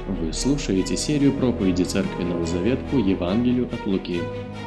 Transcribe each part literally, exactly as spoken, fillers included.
Вы слушаете серию проповеди Церкви Новый Завет по Евангелию от Луки.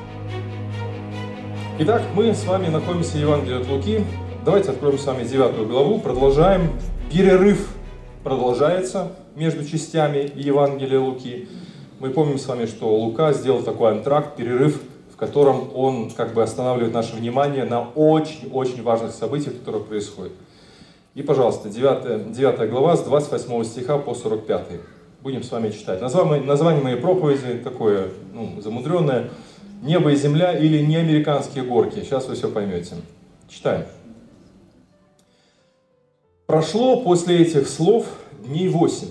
Итак, мы с вами находимся в Евангелии от Луки. Давайте откроем с вами девятую главу, продолжаем. Перерыв продолжается между частями Евангелия Луки. Мы помним с вами, что Лука сделал такой антракт, перерыв, в котором он как бы останавливает наше внимание на очень-очень важных событиях, которые происходят. И, пожалуйста, девятая, девятая глава с двадцать восьмого стиха по сорок пятый. Будем с вами читать. Название, название моей проповеди такое, ну, замудренное. «Небо и земля» или «Не американские горки». Сейчас вы все поймете. Читаем. «Прошло после этих слов дней восемь.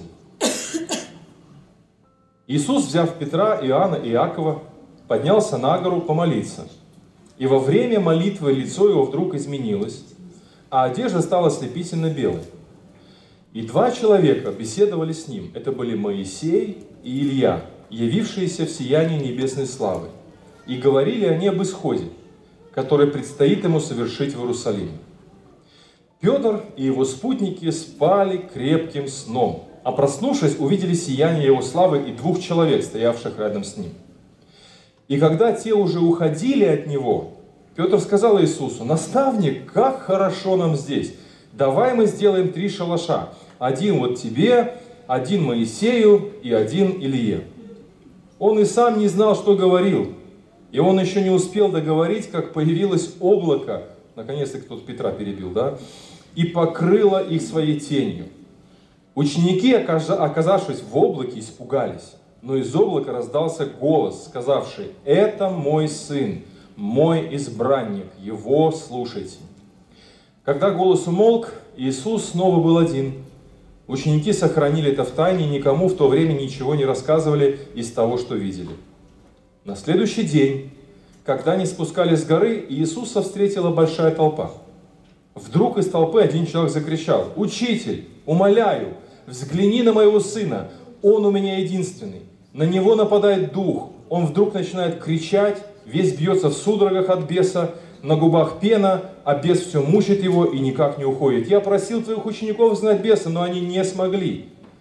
Иисус, взяв Петра, Иоанна и Иакова, поднялся на гору помолиться. И во время молитвы лицо его вдруг изменилось, а одежда стала ослепительно белой. И два человека беседовали с ним. Это были Моисей и Илья, явившиеся в сиянии небесной славы. И говорили они об исходе, который предстоит ему совершить в Иерусалиме. Петр и его спутники спали крепким сном, а проснувшись, увидели сияние его славы и двух человек, стоявших рядом с ним. И когда те уже уходили от него, Петр сказал Иисусу: «Наставник, как хорошо нам здесь! Давай мы сделаем три шалаша. Один вот тебе, один Моисею и один Илье». Он и сам не знал, что говорил. И он еще не успел договорить, как появилось облако, наконец-то кто-то Петра перебил, да, и покрыло их своей тенью. Ученики, оказавшись в облаке, испугались. Но из облака раздался голос, сказавший: «Это мой сын, мой избранник, его слушайте». Когда голос умолк, Иисус снова был один. Ученики сохранили это в тайне, никому в то время ничего не рассказывали из того, что видели. На следующий день, когда они спускались с горы, Иисуса встретила большая толпа. Вдруг из толпы один человек закричал: «Учитель, умоляю, взгляни на моего сына, он у меня единственный. На него нападает дух, он вдруг начинает кричать, весь бьется в судорогах от беса, на губах пена, а бес все мучит его и никак не уходит. Я просил твоих учеников знать беса, но они не смогли».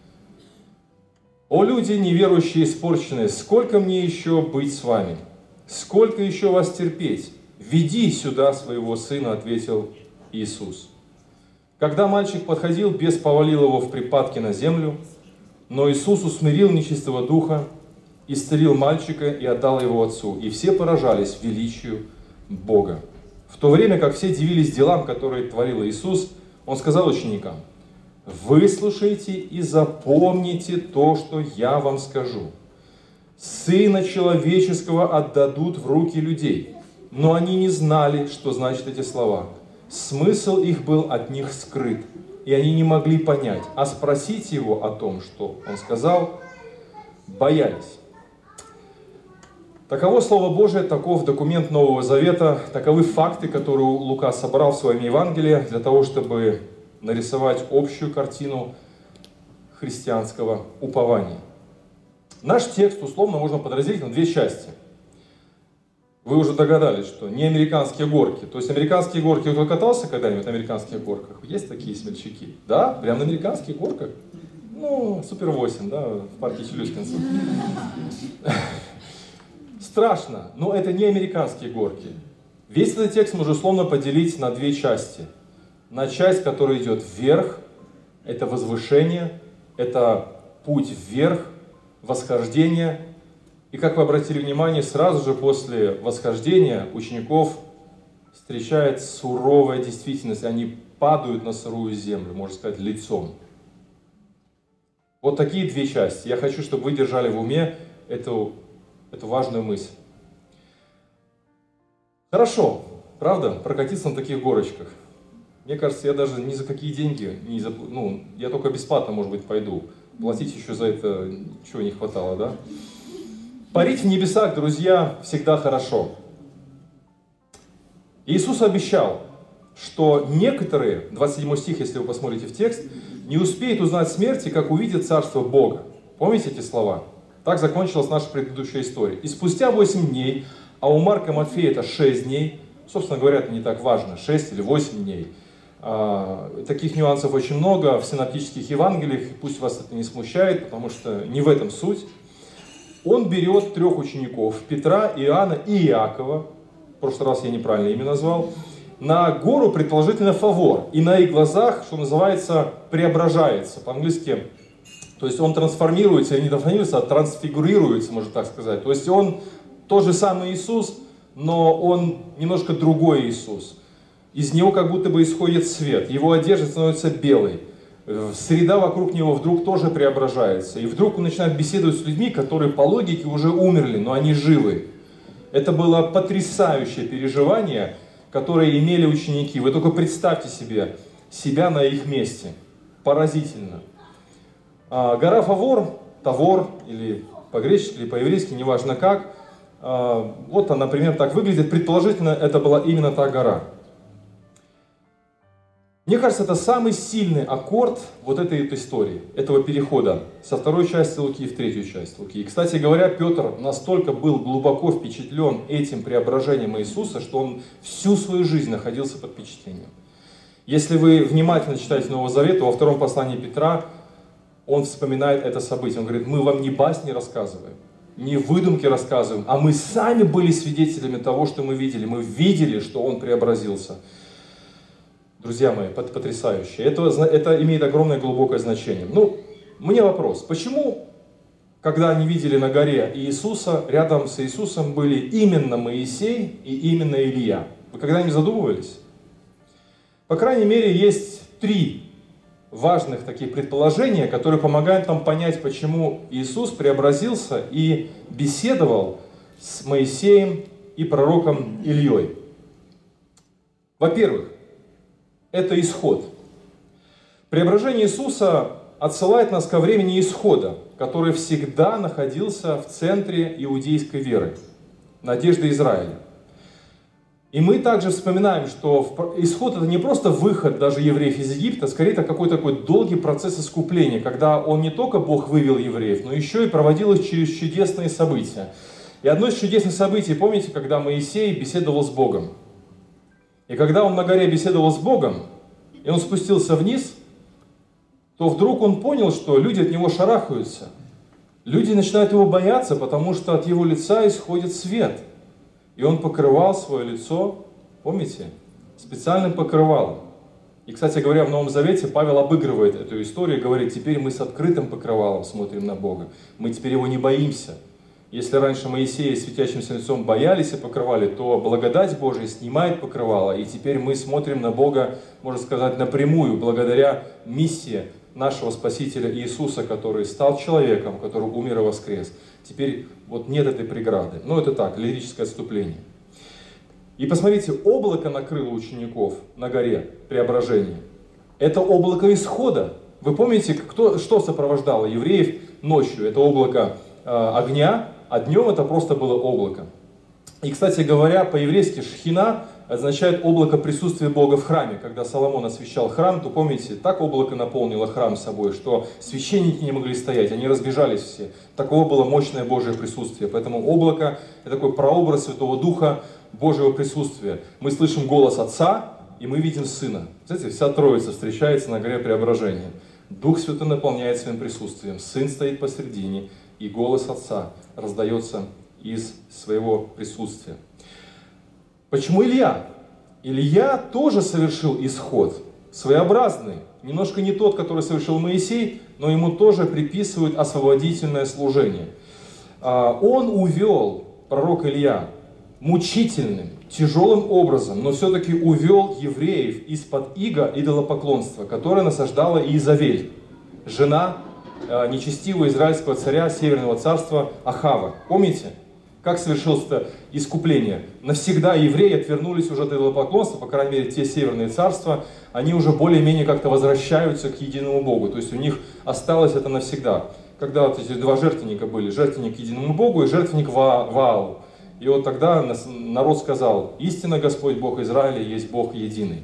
«О люди неверующие и испорченные, сколько мне еще быть с вами? Сколько еще вас терпеть? Веди сюда своего сына», — ответил Иисус. Когда мальчик подходил, бес повалил его в припадке на землю, но Иисус усмирил нечистого духа, исцелил мальчика и отдал его отцу. И все поражались величию Бога. В то время как все дивились делам, которые творил Иисус, Он сказал ученикам: «Выслушайте и запомните то, что я вам скажу. Сына человеческого отдадут в руки людей». Но они не знали, что значат эти слова. Смысл их был от них скрыт, и они не могли понять, а спросить его о том, что он сказал, боялись. Таково Слово Божие, таков документ Нового Завета, таковы факты, которые Лука собрал в своем Евангелии для того, чтобы нарисовать общую картину христианского упования. Наш текст условно можно подразделить на две части. Вы уже догадались, что не американские горки. То есть американские горки, кто катался когда-нибудь на американских горках? Есть такие смельчаки? Да? Прям на американских горках? Ну, Супер восемь, да, в парке Челюскинцев. Страшно, но это не американские горки. Весь этот текст можно условно поделить на две части. На часть, которая идет вверх, это возвышение, это путь вверх, восхождение. И как вы обратили внимание, сразу же после восхождения учеников встречает суровая действительность. Они падают на сырую землю, можно сказать, лицом. Вот такие две части. Я хочу, чтобы вы держали в уме эту, эту важную мысль. Хорошо, правда, прокатиться на таких горочках. Мне кажется, я даже ни за какие деньги, не за, ну, я только бесплатно, может быть, пойду. Платить еще за это чего не хватало, да? Парить в небесах, друзья, всегда хорошо. Иисус обещал, что некоторые, двадцать седьмой стих, если вы посмотрите в текст, не успеют узнать смерти, как увидят Царство Бога. Помните эти слова? Так закончилась наша предыдущая история. И спустя восемь дней, а у Марка и Матфея это шесть дней, собственно говоря, это не так важно, шесть или восемь дней, Таких нюансов очень много в синоптических Евангелиях, пусть вас это не смущает, потому что не в этом суть. Он берет трех учеников, Петра, Иоанна и Иакова, в прошлый раз я неправильно имя назвал, на гору, предположительно, Фавор, и на их глазах, что называется, преображается, по-английски, то есть он трансформируется, или не трансформируется, а трансфигурируется, можно так сказать. То есть он тот же самый Иисус, но он немножко другой Иисус. Из него как будто бы исходит свет, его одежда становится белой, среда вокруг него вдруг тоже преображается. И вдруг он начинает беседовать с людьми, которые по логике уже умерли, но они живы. Это было потрясающее переживание, которое имели ученики. Вы только представьте себе себя на их месте. Поразительно. А, гора Фавор, Тавор, или по-гречески, или по-еврейски, неважно как, а, вот она, например, так выглядит. Предположительно, это была именно та гора. Мне кажется, это самый сильный аккорд вот этой вот истории, этого перехода со второй части Луки в третью часть Луки. И, кстати говоря, Петр настолько был глубоко впечатлен этим преображением Иисуса, что он всю свою жизнь находился под впечатлением. Если вы внимательно читаете Новый Завет, то во втором послании Петра он вспоминает это событие. Он говорит: мы вам не басни рассказываем, не выдумки рассказываем, а мы сами были свидетелями того, что мы видели. Мы видели, что он преобразился. Друзья мои, потрясающе. Это, это имеет огромное глубокое значение. Ну, мне вопрос. Почему, когда они видели на горе Иисуса, рядом с Иисусом были именно Моисей и именно Илья? Вы когда-нибудь задумывались? По крайней мере, есть три важных таких предположения, которые помогают нам понять, почему Иисус преобразился и беседовал с Моисеем и пророком Ильей. Во-первых, это исход. Преображение Иисуса отсылает нас ко времени исхода, который всегда находился в центре иудейской веры, надежды Израиля. И мы также вспоминаем, что исход — это не просто выход даже евреев из Египта, скорее это какой-то такой долгий процесс искупления, когда он не только Бог вывел евреев, но еще и проводил их через чудесные события. И одно из чудесных событий, помните, когда Моисей беседовал с Богом? И когда он на горе беседовал с Богом, и он спустился вниз, то вдруг он понял, что люди от него шарахаются. Люди начинают его бояться, потому что от его лица исходит свет. И он покрывал свое лицо, помните, специальным покрывалом. И, кстати говоря, в Новом Завете Павел обыгрывает эту историю и говорит: теперь мы с открытым покрывалом смотрим на Бога. Мы теперь его не боимся. Если раньше Моисея светящимся лицом боялись и покрывали, то благодать Божия снимает покрывало, и теперь мы смотрим на Бога, можно сказать, напрямую, благодаря миссии нашего Спасителя Иисуса, который стал человеком, который умер и воскрес. Теперь вот нет этой преграды. Ну, это так, лирическое отступление. И посмотрите, облако накрыло учеников на горе Преображения. Это облако исхода. Вы помните, кто, что сопровождало евреев ночью? Это облако э, огня, а днем это просто было облако. И, кстати говоря, по-еврейски шхина означает облако присутствия Бога в храме. Когда Соломон освящал храм, то, помните, так облако наполнило храм собой, что священники не могли стоять, они разбежались все. Таково было мощное Божие присутствие. Поэтому облако — это такой прообраз Святого Духа, Божьего присутствия. Мы слышим голос Отца, и мы видим Сына. Знаете, вся Троица встречается на горе Преображения. Дух Святой наполняет своим присутствием, Сын стоит посредине, и голос Отца раздается из своего присутствия. Почему Илья? Илья тоже совершил исход, своеобразный, немножко не тот, который совершил Моисей, но ему тоже приписывают освободительное служение. Он увел, пророк Илья, мучительным, тяжелым образом, но все-таки увел евреев из-под ига идолопоклонства, которое насаждала Иезавель, жена нечестивого израильского царя Северного царства Ахава. Помните, как совершилось это искупление? Навсегда евреи отвернулись уже от идолопоклонства, по крайней мере, те северные царства, они уже более-менее как-то возвращаются к единому Богу. То есть у них осталось это навсегда. Когда вот эти два жертвенника были, жертвенник единому Богу и жертвенник Ваалу. И вот тогда народ сказал: истинно Господь Бог Израиля есть Бог единый.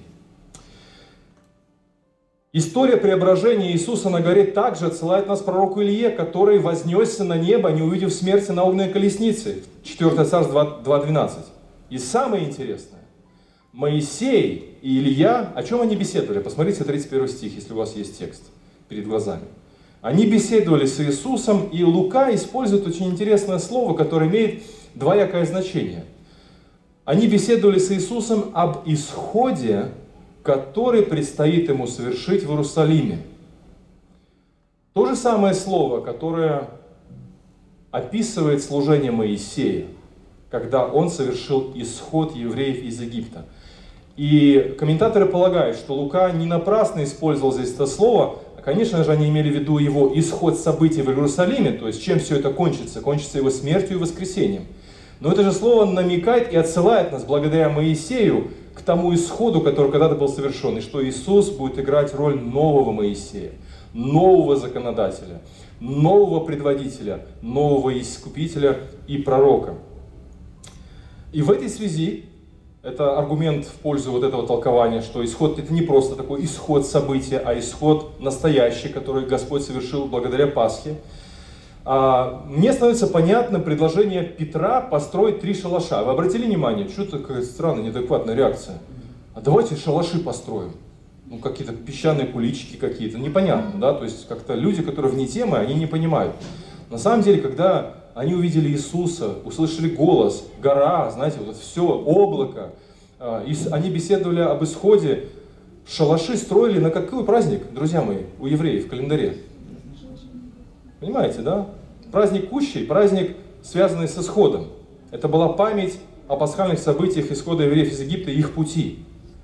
История преображения Иисуса на горе также отсылает нас к пророку Илье, который вознесся на небо, не увидев смерти на огненной колеснице. четвёртое Царств два двенадцать. И самое интересное, Моисей и Илья, о чем они беседовали? Посмотрите тридцать первый стих, если у вас есть текст перед глазами. Они беседовали с Иисусом, и Лука использует очень интересное слово, которое имеет двоякое значение. Они беседовали с Иисусом об исходе, который предстоит ему совершить в Иерусалиме. То же самое слово, которое описывает служение Моисея, когда он совершил исход евреев из Египта. И комментаторы полагают, что Лука не напрасно использовал здесь это слово. Конечно же, они имели в виду его исход событий в Иерусалиме, то есть чем все это кончится? Кончится его смертью и воскресением. Но это же слово намекает и отсылает нас, благодаря Моисею, к тому исходу, который когда-то был совершен, и что Иисус будет играть роль нового Моисея, нового законодателя, нового предводителя, нового искупителя и пророка. И в этой связи, это аргумент в пользу вот этого толкования, что исход это не просто такой исход события, а исход настоящий, который Господь совершил благодаря Пасхе. Мне становится понятно предложение Петра построить три шалаша. Вы обратили внимание, что такая странная, неадекватная реакция? А давайте шалаши построим. Ну, какие-то песчаные куличики какие-то, непонятно, да? То есть как-то люди, которые вне темы, они не понимают. На самом деле, когда они увидели Иисуса, услышали голос, гора, знаете, вот это все, облако, и они беседовали об исходе, шалаши строили на какой праздник, друзья мои, у евреев в календаре? Понимаете, да? Праздник Кущей, праздник, связанный с исходом. Это была память о пасхальных событиях исхода евреев из Египта и их пути.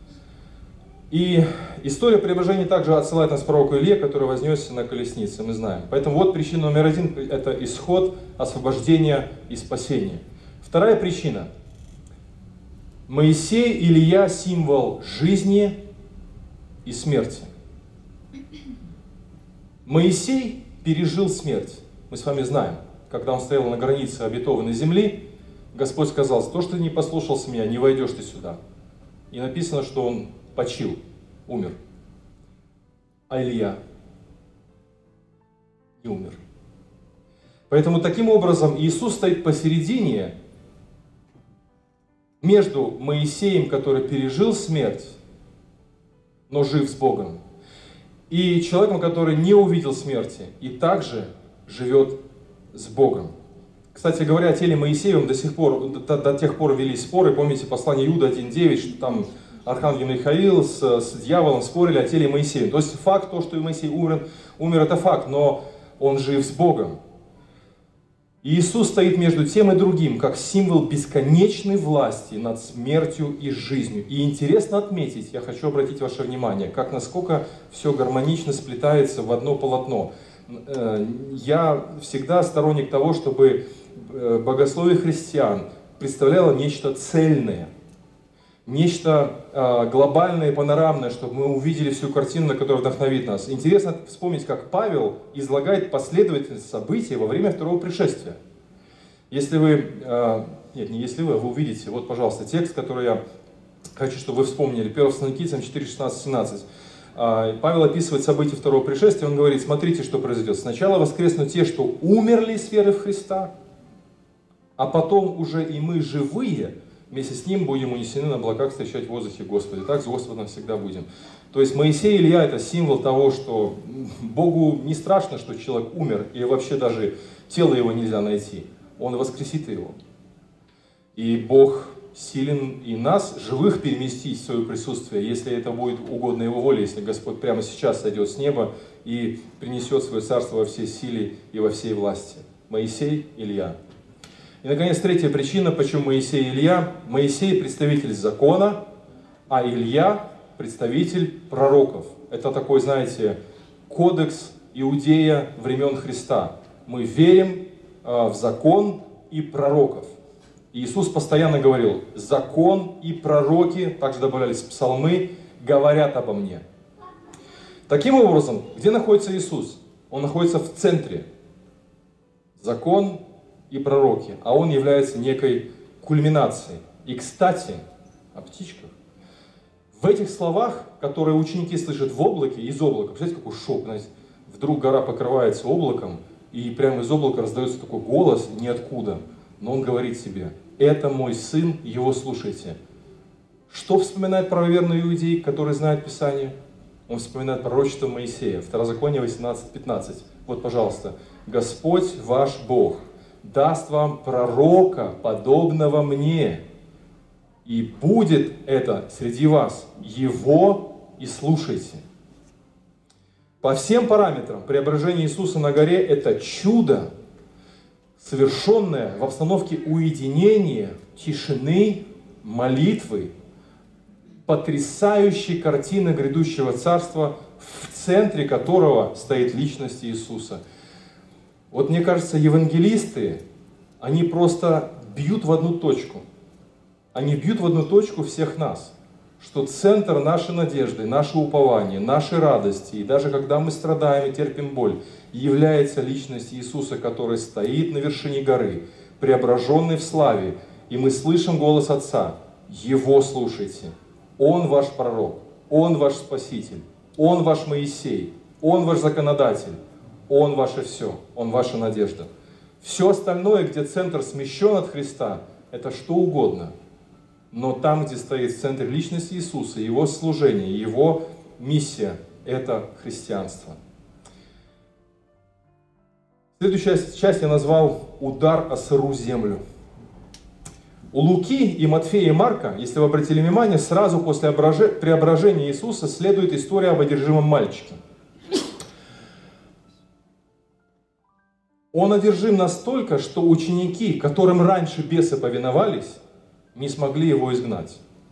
И история преображения также отсылает нас к пророку Илье, который вознесся на колеснице, мы знаем. Поэтому вот причина номер один – это исход, освобождение и спасение. Вторая причина. Моисей и Илья – символ жизни и смерти. Моисей пережил смерть. Мы с вами знаем, когда он стоял на границе обетованной земли, Господь сказал: то, что ты не послушался меня, не войдешь ты сюда. И написано, что он почил, умер. А Илья не умер. Поэтому таким образом Иисус стоит посередине между Моисеем, который пережил смерть, но жив с Богом, и человеком, который не увидел смерти и также живет с Богом. Кстати говоря, о теле Моисеевом до сих пор, до, до тех пор велись споры. Помните послание Иуда один девять, что там архангел Михаил с, с дьяволом спорили о теле Моисея. То есть факт, то, что Моисей умер, умер, это факт, но он жив с Богом. И Иисус стоит между тем и другим, как символ бесконечной власти над смертью и жизнью. И интересно отметить, я хочу обратить ваше внимание, как насколько все гармонично сплетается в одно полотно. Я всегда сторонник того, чтобы богословие христиан представляло нечто цельное, нечто глобальное и панорамное, чтобы мы увидели всю картину, которая вдохновит нас. Интересно вспомнить, как Павел излагает последовательность событий во время второго пришествия. Если вы, нет, не если вы, вы увидите, вот, пожалуйста, текст, который я хочу, чтобы вы вспомнили, первое Фессалоникийцам четыре, шестнадцать, семнадцать. Павел описывает события второго пришествия, он говорит: смотрите, что произойдет. Сначала воскреснут те, что умерли с веры в Христа, а потом уже и мы, живые, вместе с Ним будем унесены на облаках встречать в воздухе Господа. Так с Господом всегда будем. То есть Моисей и Илья – это символ того, что Богу не страшно, что человек умер, и вообще даже тело его нельзя найти. Он воскресит его. И Бог силен и нас, живых, переместить в свое присутствие, если это будет угодно Его воле, если Господь прямо сейчас сойдет с неба и принесет свое царство во всей силе и во всей власти. Моисей, Илья. И, наконец, третья причина, почему Моисей и Илья. Моисей – представитель закона, а Илья – представитель пророков. Это такой, знаете, кодекс Иудея времен Христа. Мы верим э, в закон и пророков. Иисус постоянно говорил: закон и пророки, также добавлялись псалмы, говорят обо мне. Таким образом, где находится Иисус? Он находится в центре. Закон и пророки. А он является некой кульминацией. И, кстати, о птичках. В этих словах, которые ученики слышат в облаке, из облака, представляете, какой шок, знаете, вдруг гора покрывается облаком, и прямо из облака раздается такой голос ниоткуда. Но он говорит себе: это мой сын, его слушайте. Что вспоминает правоверный иудей, который знает Писание? Он вспоминает пророчество Моисея, Второзаконие восемнадцать пятнадцать. Вот, пожалуйста. «Господь ваш Бог даст вам пророка, подобного мне, и будет это среди вас, его и слушайте». По всем параметрам преображение Иисуса на горе – это чудо, совершенное в обстановке уединения, тишины, молитвы, потрясающей картины грядущего царства, в центре которого стоит личность Иисуса. Вот мне кажется, евангелисты, они просто бьют в одну точку. Они бьют в одну точку всех нас. Что центр нашей надежды, нашего упования, нашей радости, и даже когда мы страдаем и терпим боль, является личность Иисуса, который стоит на вершине горы, преображенный в славе, и мы слышим голос Отца. Его слушайте. Он ваш пророк, Он ваш Спаситель, Он ваш Моисей, Он ваш законодатель, Он ваше все, Он ваша надежда. Все остальное, где центр смещен от Христа, это что угодно. Но там, где стоит в центре личность Иисуса, Его служение, Его миссия, это христианство. Следующую часть я назвал «Удар о сырую землю». У Луки и Матфея и Марка, если вы обратили внимание, сразу после преображения Иисуса следует история об одержимом мальчике. Он одержим настолько, что ученики, которым раньше бесы повиновались, не смогли его изгнать.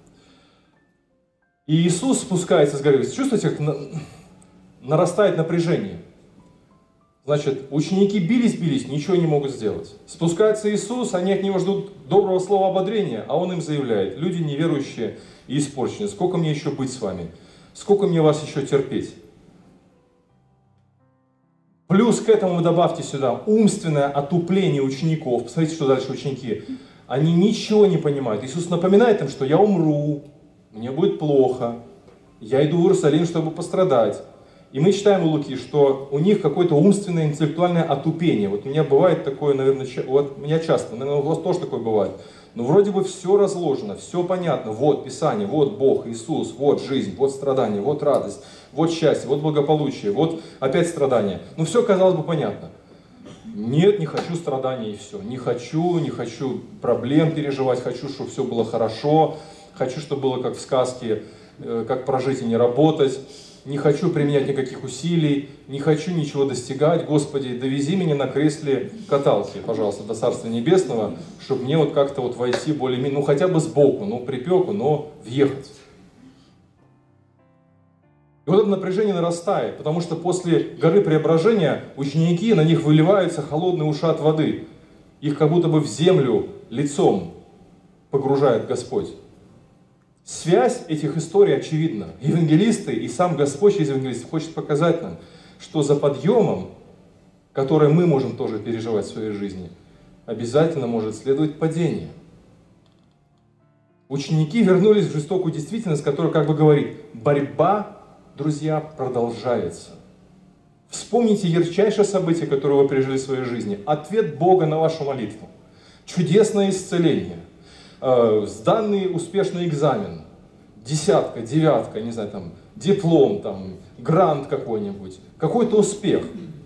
И Иисус спускается с горы. Вы чувствуете, как нарастает напряжение? Значит, ученики бились-бились, ничего не могут сделать. Спускается Иисус, они от Него ждут доброго слова ободрения, а Он им заявляет: люди неверующие и испорченные, сколько мне еще быть с вами? Сколько мне вас еще терпеть? Плюс к этому добавьте сюда умственное отупление учеников. Посмотрите, что дальше ученики. Они ничего не понимают. Иисус напоминает им, что я умру, мне будет плохо, я иду в Иерусалим, чтобы пострадать. И мы читаем у Луки, что у них какое-то умственное, интеллектуальное отупение. Вот у меня бывает такое, наверное, вот у меня часто, наверное, у вас тоже такое бывает. Но вроде бы все разложено, все понятно. Вот Писание, вот Бог, Иисус, вот жизнь, вот страдания, вот радость, вот счастье, вот благополучие, вот опять страдания. Ну все, казалось бы, понятно. Нет, не хочу страданий и все. Не хочу, не хочу проблем переживать, хочу, чтобы все было хорошо, хочу, чтобы было как в сказке, как прожить и не работать. Не хочу применять никаких усилий, не хочу ничего достигать. Господи, довези меня на кресле каталки, пожалуйста, до Царства Небесного, чтобы мне вот как-то вот войти более-менее, ну хотя бы сбоку, ну припеку, но въехать. И вот это напряжение нарастает, потому что после горы преображения ученики, на них выливается холодный ушат воды. Их как будто бы в землю лицом погружает Господь. Связь этих историй очевидна. Евангелисты и сам Господь через евангелистов хочет показать нам, что за подъемом, который мы можем тоже переживать в своей жизни, обязательно может следовать падение. Ученики вернулись в жестокую действительность, которая как бы говорит: борьба, друзья, продолжается. Вспомните ярчайшее событие, которое вы пережили в своей жизни. Ответ Бога на вашу молитву. Чудесное исцеление. Сданный успешный экзамен, десятка, девятка, не знаю, там, диплом, там, грант какой-нибудь, какой-то успех.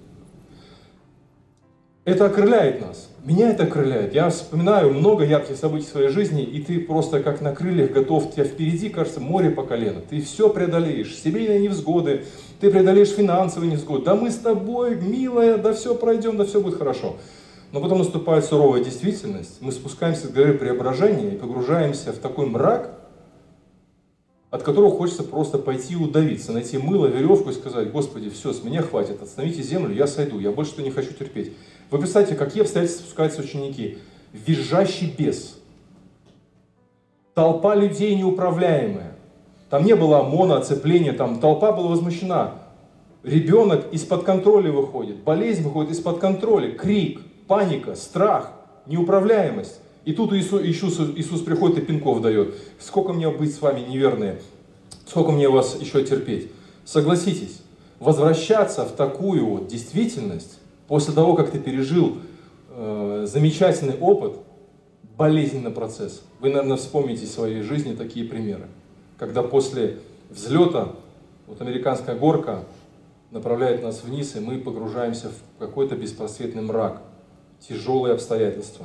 Это окрыляет нас. Меня это окрыляет. Я вспоминаю много ярких событий в своей жизни, и ты просто как на крыльях готов, у тебя впереди, кажется, море по колено. Ты все преодолеешь, семейные невзгоды, ты преодолеешь финансовые невзгоды. Да мы с тобой, милая, да все пройдем, да все будет хорошо. Но потом наступает суровая действительность, мы спускаемся с горы преображения и погружаемся в такой мрак, от которого хочется просто пойти и удавиться, найти мыло, веревку и сказать: Господи, все, с меня хватит, остановите землю, я сойду, я больше что не хочу терпеть. Вы представьте, какие обстоятельства спускаются ученики. Визжащий бес, толпа людей неуправляемая, там не было ОМОНа, оцепления, там толпа была возмущена. Ребенок из-под контроля выходит, болезнь выходит из-под контроля, крик. Паника, страх, неуправляемость. И тут Иисус, Иисус, Иисус приходит и пинков дает. Сколько мне быть с вами неверные? Сколько мне вас еще терпеть? Согласитесь, возвращаться в такую вот действительность, после того, как ты пережил э, замечательный опыт, болезненный процесс. Вы, наверное, вспомните в своей жизни такие примеры. Когда после взлета, вот американская горка направляет нас вниз, и мы погружаемся в какой-то беспросветный мрак, тяжелые обстоятельства.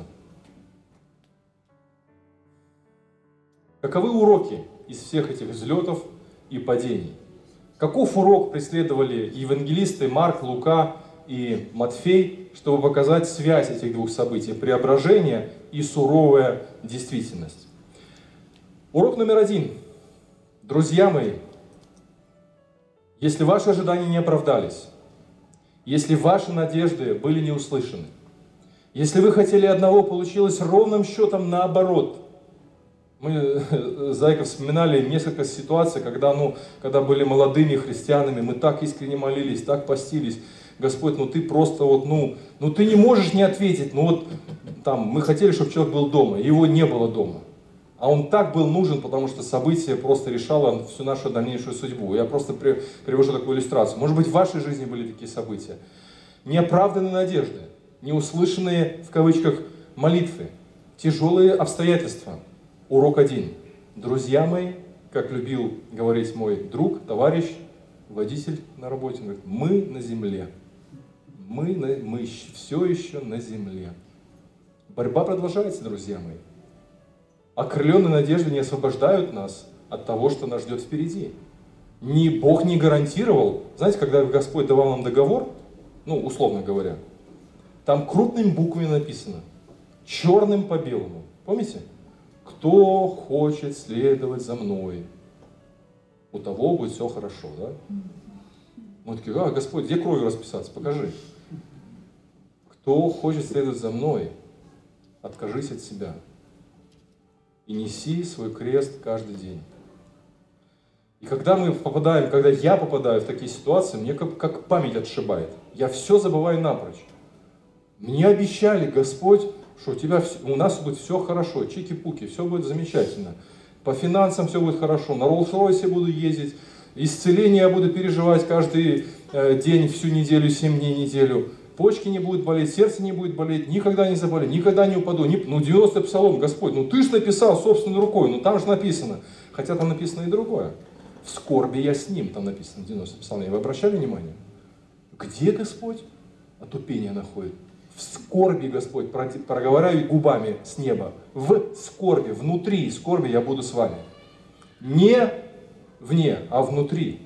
Каковы уроки из всех этих взлетов и падений? Каков урок преследовали евангелисты Марк, Лука и Матфей, чтобы показать связь этих двух событий, преображение и суровая действительность? Урок номер один. Друзья мои, если ваши ожидания не оправдались, если ваши надежды были не услышаны, если вы хотели одного, получилось ровным счетом наоборот. Мы с Зайкой вспоминали несколько ситуаций, когда, ну, когда были молодыми христианами, мы так искренне молились, так постились. Господь, ну ты просто вот, ну, ну ты не можешь не ответить. Ну вот там мы хотели, чтобы человек был дома, его не было дома. А он так был нужен, потому что событие просто решало всю нашу дальнейшую судьбу. Я просто при, привожу такую иллюстрацию. Может быть, в вашей жизни были такие события. Неоправданные надежды, неуслышанные, в кавычках, молитвы, тяжелые обстоятельства. Урок один. Друзья мои, как любил говорить мой друг, товарищ, водитель на работе, он говорит, мы на земле. Мы, на, мы все еще на земле. Борьба продолжается, друзья мои. Окрыленные надежды не освобождают нас от того, что нас ждет впереди. Ни Бог не гарантировал. Знаете, когда Господь давал нам договор, ну, условно говоря, там крупными буквами написано, черным по белому. Помните? Кто хочет следовать за мной, у того будет все хорошо, да? Мы такие, а, Господь, где кровью расписаться? Покажи. Кто хочет следовать за мной, откажись от себя и неси свой крест каждый день. И когда мы попадаем, когда я попадаю в такие ситуации, мне как, как память отшибает. Я все забываю напрочь. Мне обещали, Господь, что у тебя, у нас будет все хорошо, чики-пуки, все будет замечательно. По финансам все будет хорошо, на Роллс-Ройсе буду ездить, исцеление я буду переживать каждый э, день, всю неделю, семь дней неделю. Почки не будут болеть, сердце не будет болеть, никогда не заболею, никогда не упаду. Не, ну, девяностый псалом, Господь, ну ты же написал собственной рукой, ну там же написано. Хотя там написано и другое. В скорби я с ним, там написано в девяностом псалме. Вы обращали внимание? Где Господь? Отупение находит. В скорби, Господь, проговаривай губами с неба. В скорби, внутри скорби я буду с вами. Не вне, а внутри.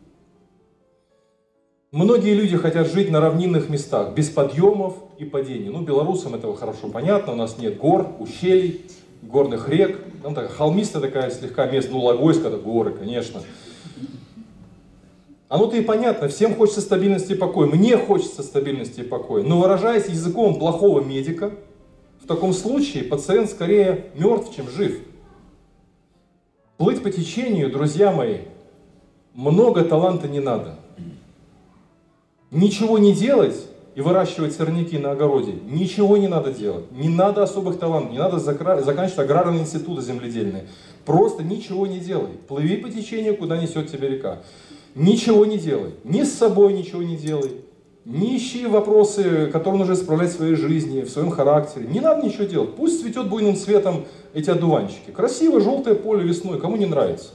Многие люди хотят жить на равнинных местах, без подъемов и падений. Ну, белорусам этого хорошо понятно, у нас нет гор, ущелий, горных рек. Там такая холмистая такая слегка место, ну, Логойска, это горы, конечно. Оно-то и понятно, всем хочется стабильности и покоя. Мне хочется стабильности и покоя. Но выражаясь языком плохого медика, в таком случае пациент скорее мертв, чем жив. Плыть по течению, друзья мои, много таланта не надо. Ничего не делать и выращивать сорняки на огороде, ничего не надо делать. Не надо особых талантов, не надо закра... заканчивать аграрные институты земледельные. Просто ничего не делай. Плыви по течению, куда несет тебя река. Ничего не делай. Ни с собой ничего не делай. Не ищи вопросы, которые нужно исправлять в своей жизни, в своем характере. Не надо ничего делать. Пусть цветет буйным цветом эти одуванчики. Красиво, желтое поле весной. Кому не нравится?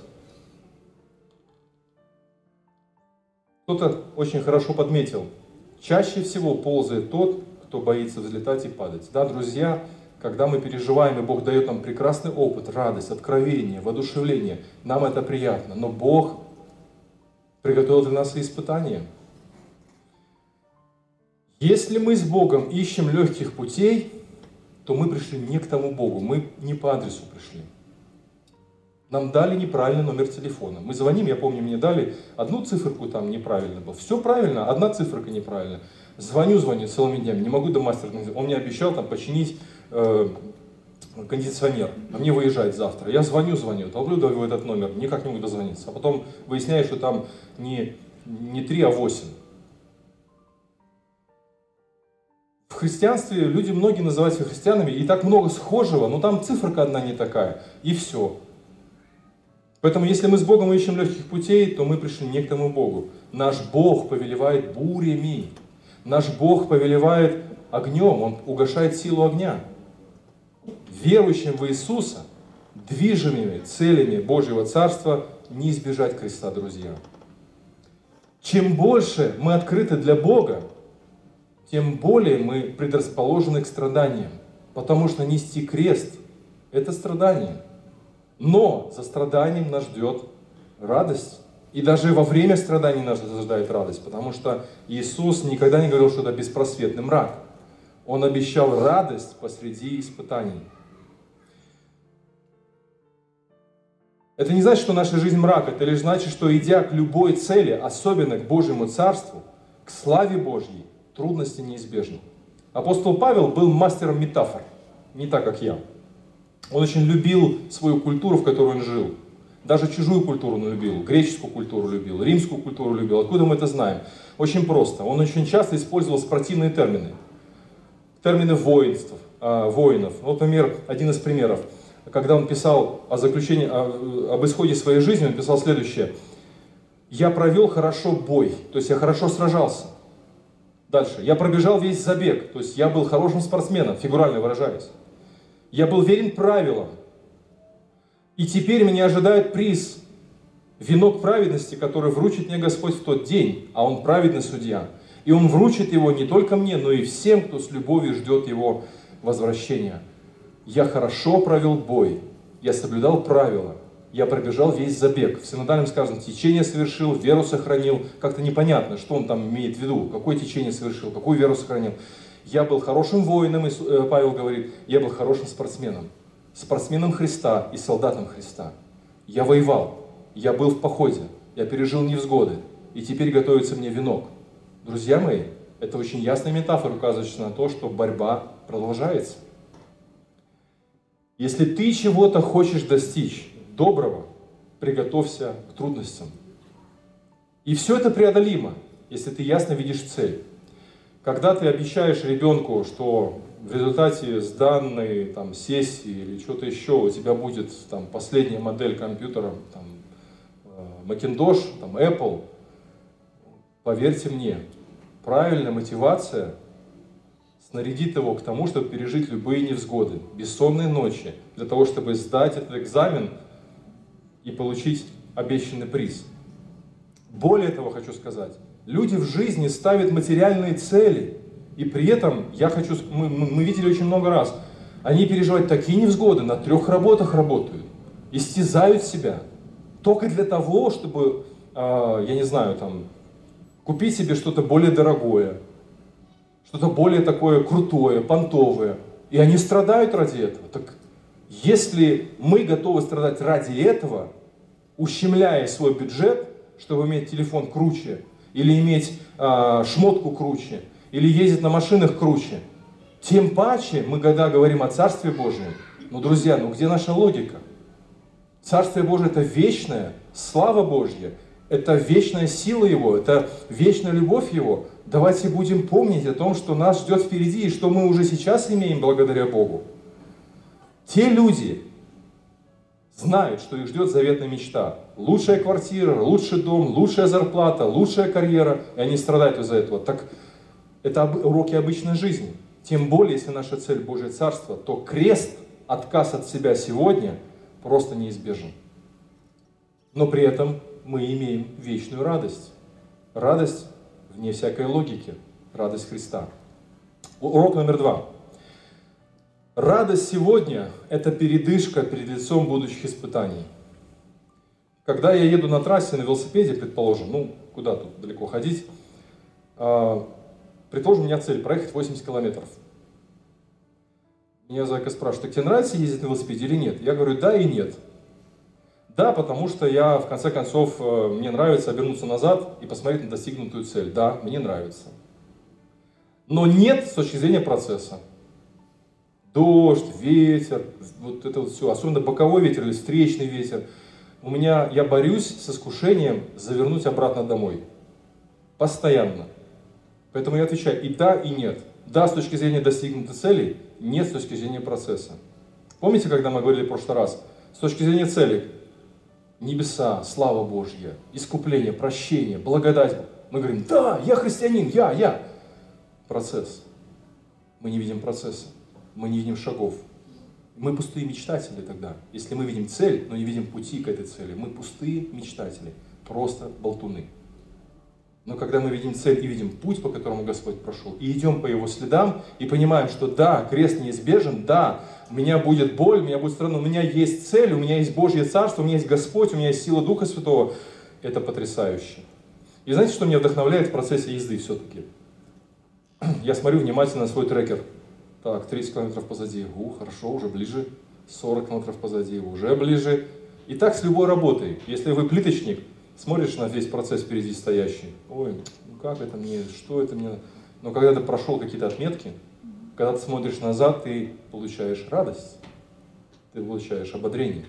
Кто-то очень хорошо подметил. Чаще всего ползает тот, кто боится взлетать и падать. Да, друзья, когда мы переживаем, и Бог дает нам прекрасный опыт, радость, откровение, воодушевление, нам это приятно. Но Бог приготовил для нас и испытания. Если мы с Богом ищем легких путей, то мы пришли не к тому Богу, мы не по адресу пришли. Нам дали неправильный номер телефона. Мы звоним, я помню, мне дали одну циферку, там неправильно было. Все правильно, одна циферка неправильно. Звоню, звоню целыми днями, не могу до мастера. Он мне обещал там починить э, кондиционер, а мне выезжать завтра. Я звоню, звоню, толплю в этот номер, никак не могу дозвониться. А потом выясняю, что там не, не три, а восемь. В христианстве люди многие называют себя христианами, и так много схожего, но там циферка одна не такая, и все. Поэтому, если мы с Богом ищем легких путей, то мы пришли не к тому Богу. Наш Бог повелевает бурями. Наш Бог повелевает огнем, Он угашает силу огня. верующим в Иисуса, движимыми целями Божьего Царства, не избежать креста, друзья. Чем больше мы открыты для Бога, тем более мы предрасположены к страданиям. Потому что нести крест – это страдание. Но за страданием нас ждет радость. И даже во время страданий нас ожидает радость. Потому что Иисус никогда не говорил, что это беспросветный мрак. Он обещал радость посреди испытаний. Это не значит, что наша жизнь мрак. Это лишь значит, что идя к любой цели, особенно к Божьему Царству, к славе Божьей, трудности неизбежны. Апостол Павел был мастером метафор, не так, как я. Он очень любил свою культуру, в которой он жил. Даже чужую культуру он любил, греческую культуру любил, римскую культуру любил. Откуда мы это знаем? Очень просто. Он очень часто использовал спортивные термины. Термины воинств, э, воинов. Вот, например, один из примеров. Когда он писал о заключении, о, об исходе своей жизни, он писал следующее. «Я провел хорошо бой», то есть я хорошо сражался. Дальше. «Я пробежал весь забег», то есть я был хорошим спортсменом, фигурально выражаясь. «Я был верен правилам. И теперь меня ожидает приз, венок праведности, который вручит мне Господь в тот день, а Он праведный судья. И Он вручит его не только мне, но и всем, кто с любовью ждет Его возвращения. Я хорошо провел бой, я соблюдал правила, я пробежал весь забег». В синодальном сказано, течение совершил, веру сохранил. Как-то непонятно, что он там имеет в виду, какое течение совершил, какую веру сохранил. «Я был хорошим воином», Павел говорит, «я был хорошим спортсменом, спортсменом Христа и солдатом Христа. Я воевал, я был в походе, я пережил невзгоды, и теперь готовится мне венок». Друзья мои, это очень ясная метафора, указывающая на то, что борьба продолжается. Если ты чего-то хочешь достичь доброго, приготовься к трудностям. И все это преодолимо, если ты ясно видишь цель. Когда ты обещаешь ребенку, что в результате сданной там, сессии или что-то еще у тебя будет там, последняя модель компьютера, там, Macintosh, там, Apple, поверьте мне, правильная мотивация снарядит его к тому, чтобы пережить любые невзгоды, бессонные ночи, для того, чтобы сдать этот экзамен и получить обещанный приз. Более того, хочу сказать, люди в жизни ставят материальные цели, и при этом, я хочу, мы, мы видели очень много раз, они переживают такие невзгоды, на трех работах работают, истязают себя, только для того, чтобы, э, я не знаю, там, купить себе что-то более дорогое, что-то более такое крутое, понтовое. И они страдают ради этого. Так если мы готовы страдать ради этого, ущемляя свой бюджет, чтобы иметь телефон круче, или иметь э, шмотку круче, или ездить на машинах круче, тем паче мы, когда говорим о Царстве Божьем, ну, друзья, ну где наша логика? Царствие Божие – это вечная слава Божья, это вечная сила Его, это вечная любовь Его. Давайте будем помнить о том, что нас ждет впереди, и что мы уже сейчас имеем благодаря Богу. Те люди знают, что их ждет заветная мечта. Лучшая квартира, лучший дом, лучшая зарплата, лучшая карьера, и они страдают из-за этого. Так это уроки обычной жизни. Тем более, если наша цель – Божье Царство, то крест, отказ от себя сегодня просто неизбежен. Но при этом мы имеем вечную радость. Радость вне всякой логики. Радость Христа. Урок номер два. Радость сегодня – это передышка перед лицом будущих испытаний. Когда я еду на трассе на велосипеде, предположим, ну, куда тут далеко ходить, э, предположим, у меня цель – проехать восемьдесят километров. Меня зайка спрашивает, так тебе нравится ездить на велосипеде или нет? Я говорю, да и нет. Да, потому что я, в конце концов, мне нравится обернуться назад и посмотреть на достигнутую цель. Да, мне нравится. Но нет с точки зрения процесса. Дождь, ветер, вот это вот все, особенно боковой ветер или встречный ветер. У меня, я борюсь с искушением завернуть обратно домой. Постоянно. Поэтому я отвечаю и да, и нет. Да, с точки зрения достигнутой цели, нет с точки зрения процесса. Помните, когда мы говорили в прошлый раз? С точки зрения цели, небеса, слава Божья, искупление, прощение, благодать. Мы говорим, да, я христианин, я, я. Процесс. Мы не видим процесса, мы не видим шагов. Мы пустые мечтатели тогда. Если мы видим цель, но не видим пути к этой цели, мы пустые мечтатели, просто болтуны. Но когда мы видим цель и видим путь, по которому Господь прошел, и идем по Его следам, и понимаем, что да, крест неизбежен, да, у меня будет боль, у меня будет страна, у меня есть цель, у меня есть Божье Царство, у меня есть Господь, у меня есть сила Духа Святого, это потрясающе. И знаете, что меня вдохновляет в процессе езды все-таки? Я смотрю внимательно на свой трекер. Так, тридцать километров позади, у, хорошо, уже ближе, сорок километров позади, уже ближе. И так с любой работой. Если вы плиточник, смотришь на весь процесс впереди стоящий, ой, ну как это мне, что это мне... Но когда ты прошел какие-то отметки, когда ты смотришь назад, ты получаешь радость, ты получаешь ободрение.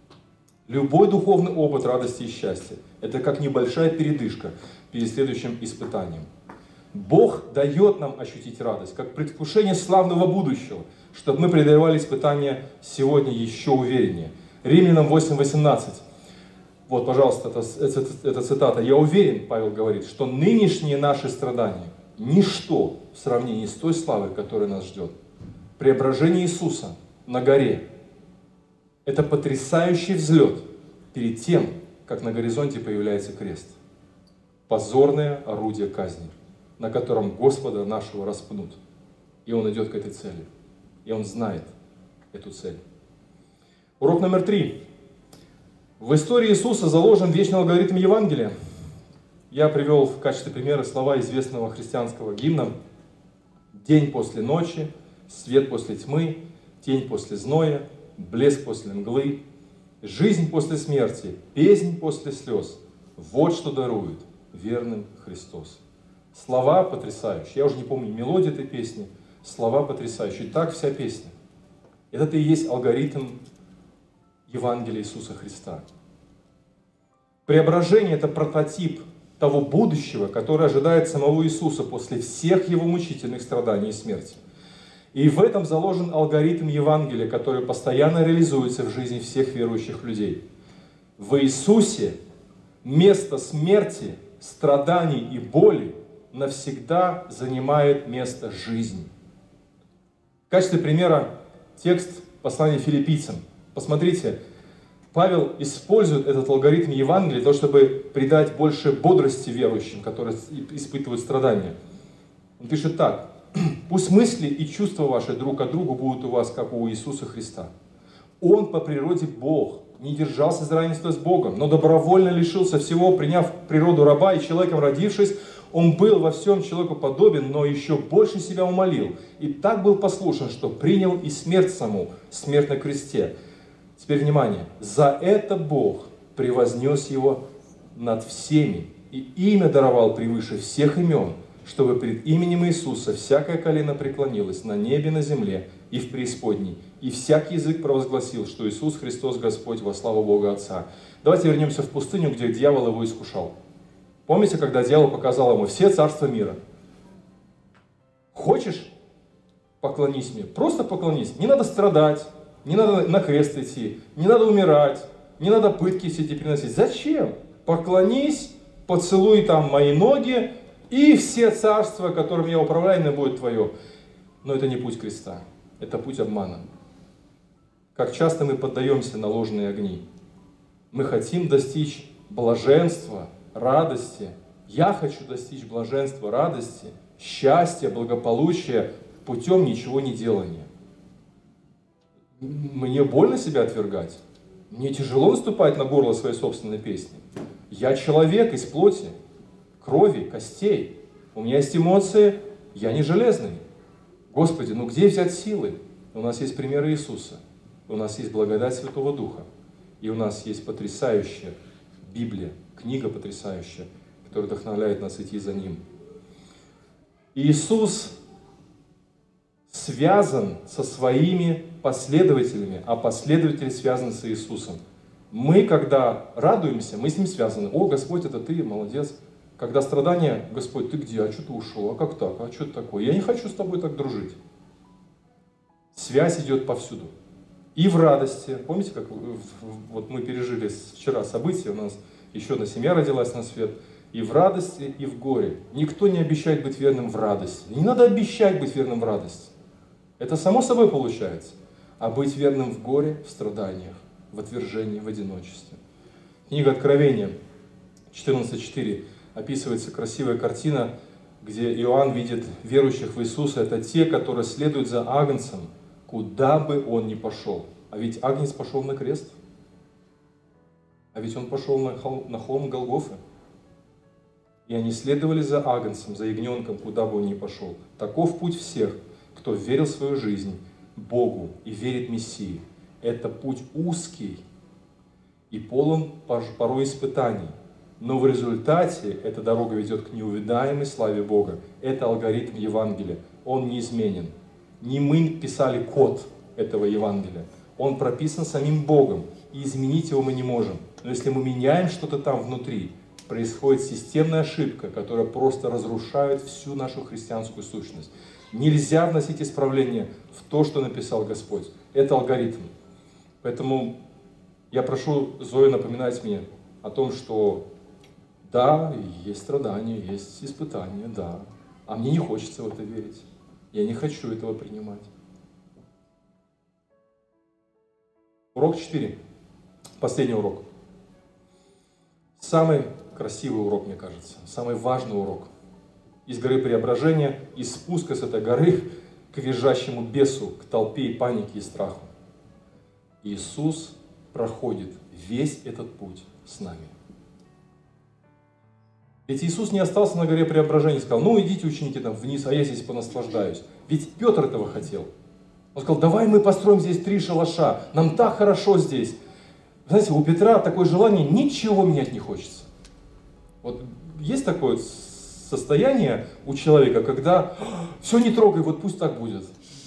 Любой духовный опыт радости и счастья – это как небольшая передышка перед следующим испытанием. Бог дает нам ощутить радость, как предвкушение славного будущего, чтобы мы преодолевали испытания сегодня еще увереннее. Римлянам восемь восемнадцать. Вот, пожалуйста, это, это, это цитата. «Я уверен, — Павел говорит, — что нынешние наши страдания — ничто в сравнении с той славой, которая нас ждет. Преображение Иисуса на горе — это потрясающий взлет перед тем, как на горизонте появляется крест. Позорное орудие казни, на котором Господа нашего распнут. И Он идет к этой цели. И Он знает эту цель». Урок номер три. В истории Иисуса заложен вечный алгоритм Евангелия. Я привел в качестве примера слова известного христианского гимна: «День после ночи, свет после тьмы, тень после зноя, блеск после мглы, жизнь после смерти, песнь после слез. Вот что дарует верным Христос». Слова потрясающие. Я уже не помню мелодию этой песни. Слова потрясающие. Так вся песня. Это и есть алгоритм Евангелия Иисуса Христа. Преображение – это прототип того будущего, которое ожидает самого Иисуса после всех Его мучительных страданий и смерти. И в этом заложен алгоритм Евангелия, который постоянно реализуется в жизни всех верующих людей. В Иисусе место смерти, страданий и боли навсегда занимает место жизни. В качестве примера текст послания филиппийцам. Посмотрите, Павел использует этот алгоритм Евангелия для того, чтобы придать больше бодрости верующим, которые испытывают страдания. Он пишет так: «Пусть мысли и чувства ваши друг к другу будут у вас, как у Иисуса Христа. Он по природе Бог, не держался за равенство с Богом, но добровольно лишился всего, приняв природу раба и человеком родившись, Он был во всем человеку подобен, но еще больше себя умолил. И так был послушен, что принял и смерть саму, смерть на кресте». Теперь внимание. «За это Бог превознес Его над всеми, и имя даровал превыше всех имен, чтобы пред именем Иисуса всякое колено преклонилось на небе, на земле и в преисподней, и всякий язык провозгласил, что Иисус Христос Господь во славу Бога Отца». Давайте вернемся в пустыню, где дьявол его искушал. Помните, когда дьявол показал ему все царства мира? Хочешь? Поклонись мне. Просто поклонись. Не надо страдать, не надо на крест идти, не надо умирать, не надо пытки все эти переносить. Зачем? Поклонись, поцелуй там мои ноги, и все царства, которым я управляю, будет твое. Но это не путь креста, это путь обмана. Как часто мы поддаемся на ложные огни. Мы хотим достичь блаженства, радости. Я хочу достичь блаженства, радости, счастья, благополучия путем ничего не делания. Мне больно себя отвергать. Мне тяжело наступать на горло своей собственной песни. Я человек из плоти, крови, костей. У меня есть эмоции, я не железный. Господи, ну где взять силы? У нас есть примеры Иисуса. У нас есть благодать Святого Духа. И у нас есть потрясающая Библия, книга потрясающая, которая вдохновляет нас идти за Ним. Иисус связан со своими последователями, а последователи связаны с Иисусом. Мы, когда радуемся, мы с Ним связаны. О, Господь, это Ты, молодец. Когда страдания, Господь, Ты где? А что Ты ушел? А как так? А что это такое? Я не хочу с Тобой так дружить. Связь идет повсюду. И в радости. Помните, как вот мы пережили вчера события, у нас еще одна семья родилась на свет. И в радости, и в горе. Никто не обещает быть верным в радости. Не надо обещать быть верным в радости. Это само собой получается. а быть верным в горе, в страданиях, в отвержении, в одиночестве. Книга Откровения четырнадцать четыре описывается красивая картина, где Иоанн видит верующих в Иисуса. Это те, которые следуют за Агнцем, куда бы он ни пошел. А ведь Агнец пошел на крест. А ведь он пошел на холм, на холм Голгофы. И они следовали за Агнцем, за ягненком, куда бы он ни пошел. Таков путь всех, кто верил в свою жизнь Богу и верит Мессии. Это путь узкий и полон порой испытаний. Но в результате эта дорога ведет к неувидаемой славе Бога. Это алгоритм Евангелия. Он неизменен. Не мы писали код этого Евангелия. Он прописан самим Богом. И изменить его мы не можем. Но если мы меняем что-то там внутри, происходит системная ошибка, которая просто разрушает всю нашу христианскую сущность. Нельзя вносить исправления в то, что написал Господь. Это алгоритм. Поэтому я прошу Зою напоминать мне о том, что да, есть страдания, есть испытания, да. А мне не хочется в это верить. Я не хочу этого принимать. Урок четыре. Последний урок. Самый красивый урок, мне кажется. Самый важный урок. Из горы Преображения, из спуска с этой горы к визжащему бесу, к толпе и панике и страху. Иисус проходит весь этот путь с нами. Ведь Иисус не остался на горе Преображения и сказал: ну идите, ученики, там вниз, а я здесь понаслаждаюсь. Ведь Петр этого хотел. Он сказал: давай мы построим здесь три шалаша, нам так хорошо здесь. Знаете, у Петра такое желание, ничего менять не хочется. Вот есть такое состояние у человека, когда все не трогай, вот пусть так будет.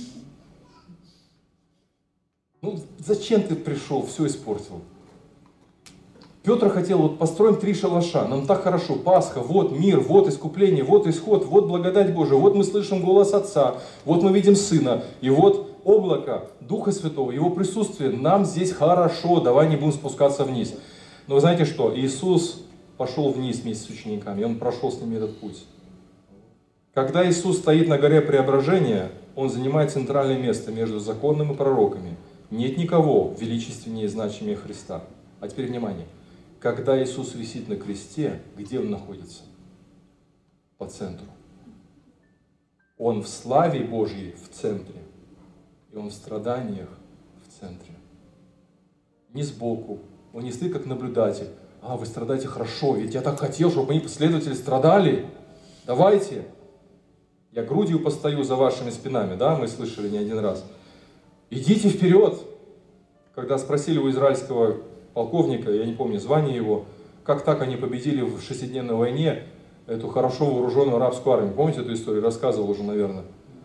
Ну зачем ты пришел, все испортил? Петр хотел: вот построим три шалаша, нам так хорошо, Пасха, вот мир, вот искупление, вот исход, вот благодать Божия, вот мы слышим голос Отца, вот мы видим Сына, и вот облако Духа Святого, Его присутствие, нам здесь хорошо, давай не будем спускаться вниз. Но вы знаете что? Иисус пошел вниз вместе с учениками, и Он прошел с ними этот путь. Когда Иисус стоит на горе Преображения, Он занимает центральное место между законом и пророками. Нет никого величественнее и значимее Христа. А теперь внимание. Когда Иисус висит на кресте, где Он находится? По центру. Он в славе Божьей в центре. И Он в страданиях в центре. Не сбоку. Он не стоит как наблюдатель. А, вы страдаете хорошо, ведь я так хотел, чтобы мои последователи страдали. Давайте. Я грудью постою за вашими спинами, да, мы слышали не один раз. Идите вперед. Когда спросили у израильского полковника, я не помню звание его, как так они победили в шестидневной войне эту хорошо вооруженную арабскую армию. Помните эту историю? Рассказывал уже, наверное.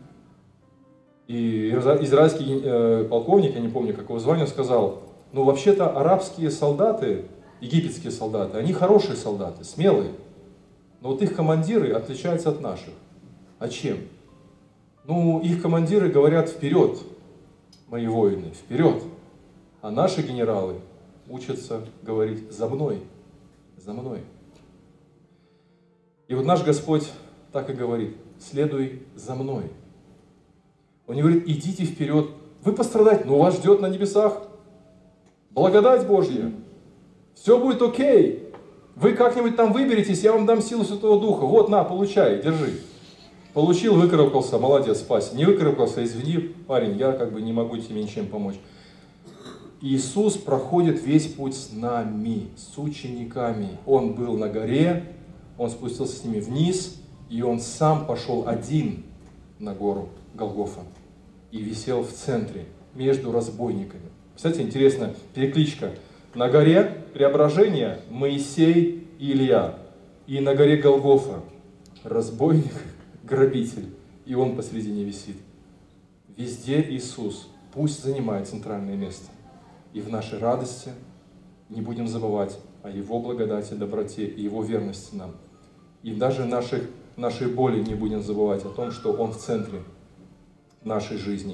И израильский э, полковник, я не помню, как его звание, сказал: ну вообще-то арабские солдаты, египетские солдаты, они хорошие солдаты, смелые. Но вот их командиры отличаются от наших. А чем? Ну, их командиры говорят: вперед, мои воины, вперед. А наши генералы учатся говорить: за мной, за мной. И вот наш Господь так и говорит: следуй за мной. Он не говорит: идите вперед, вы пострадаете, но вас ждет на небесах благодать Божья. Все будет окей. Вы как-нибудь там выберетесь, я вам дам силу Святого Духа. Вот, на, получай, держи. Получил, выкарабкался, молодец, спасибо. Не выкарабкался, извини, парень, я как бы не могу тебе ничем помочь. Иисус проходит весь путь с нами, с учениками. Он был на горе, Он спустился с ними вниз, и Он сам пошел один на гору Голгофа и висел в центре, между разбойниками. Кстати, интересно, перекличка. На горе Преображения Моисей и Илья, и на горе Голгофа разбойник, грабитель, и Он посредине висит. Везде Иисус, пусть занимает центральное место. И в нашей радости не будем забывать о Его благодати, доброте и Его верности нам. И даже в наших, нашей боли не будем забывать о том, что Он в центре нашей жизни.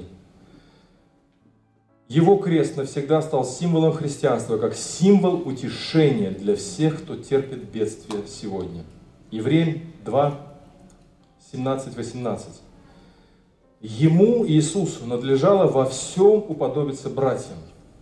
Его крест навсегда стал символом христианства, как символ утешения для всех, кто терпит бедствие сегодня. Евреям два, семнадцать-восемнадцать. Ему, Иисусу, надлежало во всем уподобиться братьям,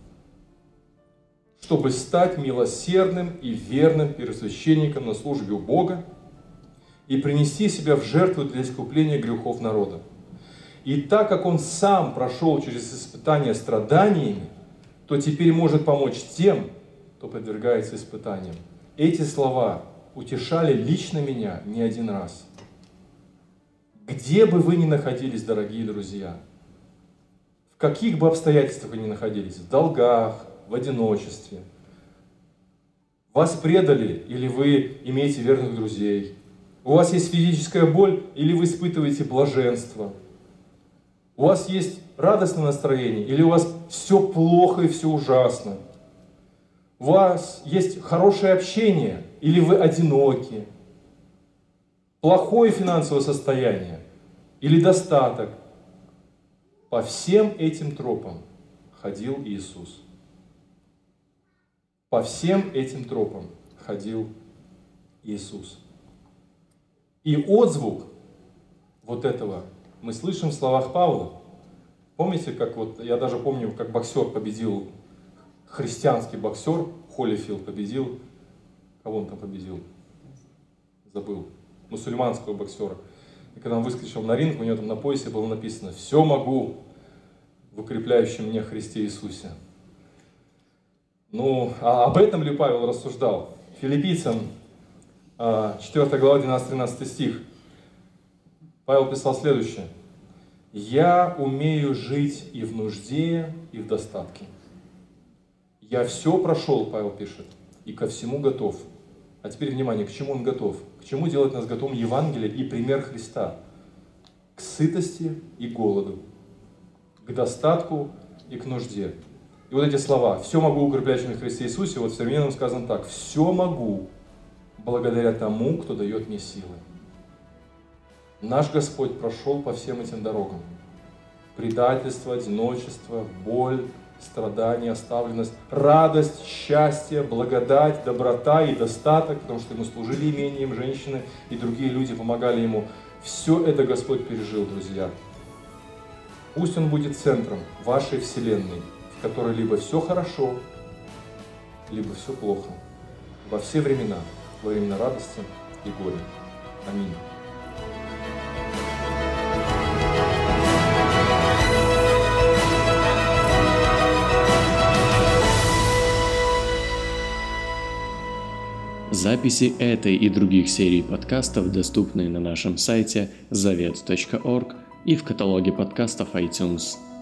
чтобы стать милосердным и верным первосвященником на службе у Бога и принести себя в жертву для искупления грехов народа. И так как Он сам прошел через испытания страданиями, то теперь может помочь тем, кто подвергается испытаниям. Эти слова утешали лично меня не один раз. Где бы вы ни находились, дорогие друзья, в каких бы обстоятельствах вы ни находились, в долгах, в одиночестве, вас предали или вы имеете верных друзей, у вас есть физическая боль или вы испытываете блаженство, у вас есть радостное настроение или у вас все плохо и все ужасно, у вас есть хорошее общение или вы одиноки, плохое финансовое состояние или достаток. По всем этим тропам ходил Иисус. По всем этим тропам ходил Иисус. И отзвук вот этого мы слышим в словах Павла. Помните, как вот, я даже помню, как боксер победил, христианский боксер, Холлифилд победил, кого он там победил? Забыл. Мусульманского боксера. И когда он выскочил на ринг, у него там на поясе было написано: «Все могу в укрепляющем меня Христе Иисусе». Ну, а об этом ли Павел рассуждал? Филиппийцам, четвёртая глава, двенадцатый-тринадцатый стих. Павел писал следующее: «Я умею жить и в нужде, и в достатке. Я все прошел», Павел пишет, «и ко всему готов». А теперь внимание, к чему он готов? К чему делать нас готовым Евангелие и пример Христа? К сытости и голоду, к достатку и к нужде. И вот эти слова: «Все могу укрепляющим в Христе Иисусе», вот в современном сказано так: «Все могу благодаря тому, кто дает мне силы». Наш Господь прошел по всем этим дорогам. Предательство, одиночество, боль, страдания, оставленность, радость, счастье, благодать, доброта и достаток, потому что ему служили имением женщины, и другие люди помогали ему. Все это Господь пережил, друзья. Пусть Он будет центром вашей вселенной, в которой либо все хорошо, либо все плохо. Во все времена, во времена радости и горя. Аминь. Записи этой и других серий подкастов доступны на нашем сайте завет точка орг и в каталоге подкастов iTunes.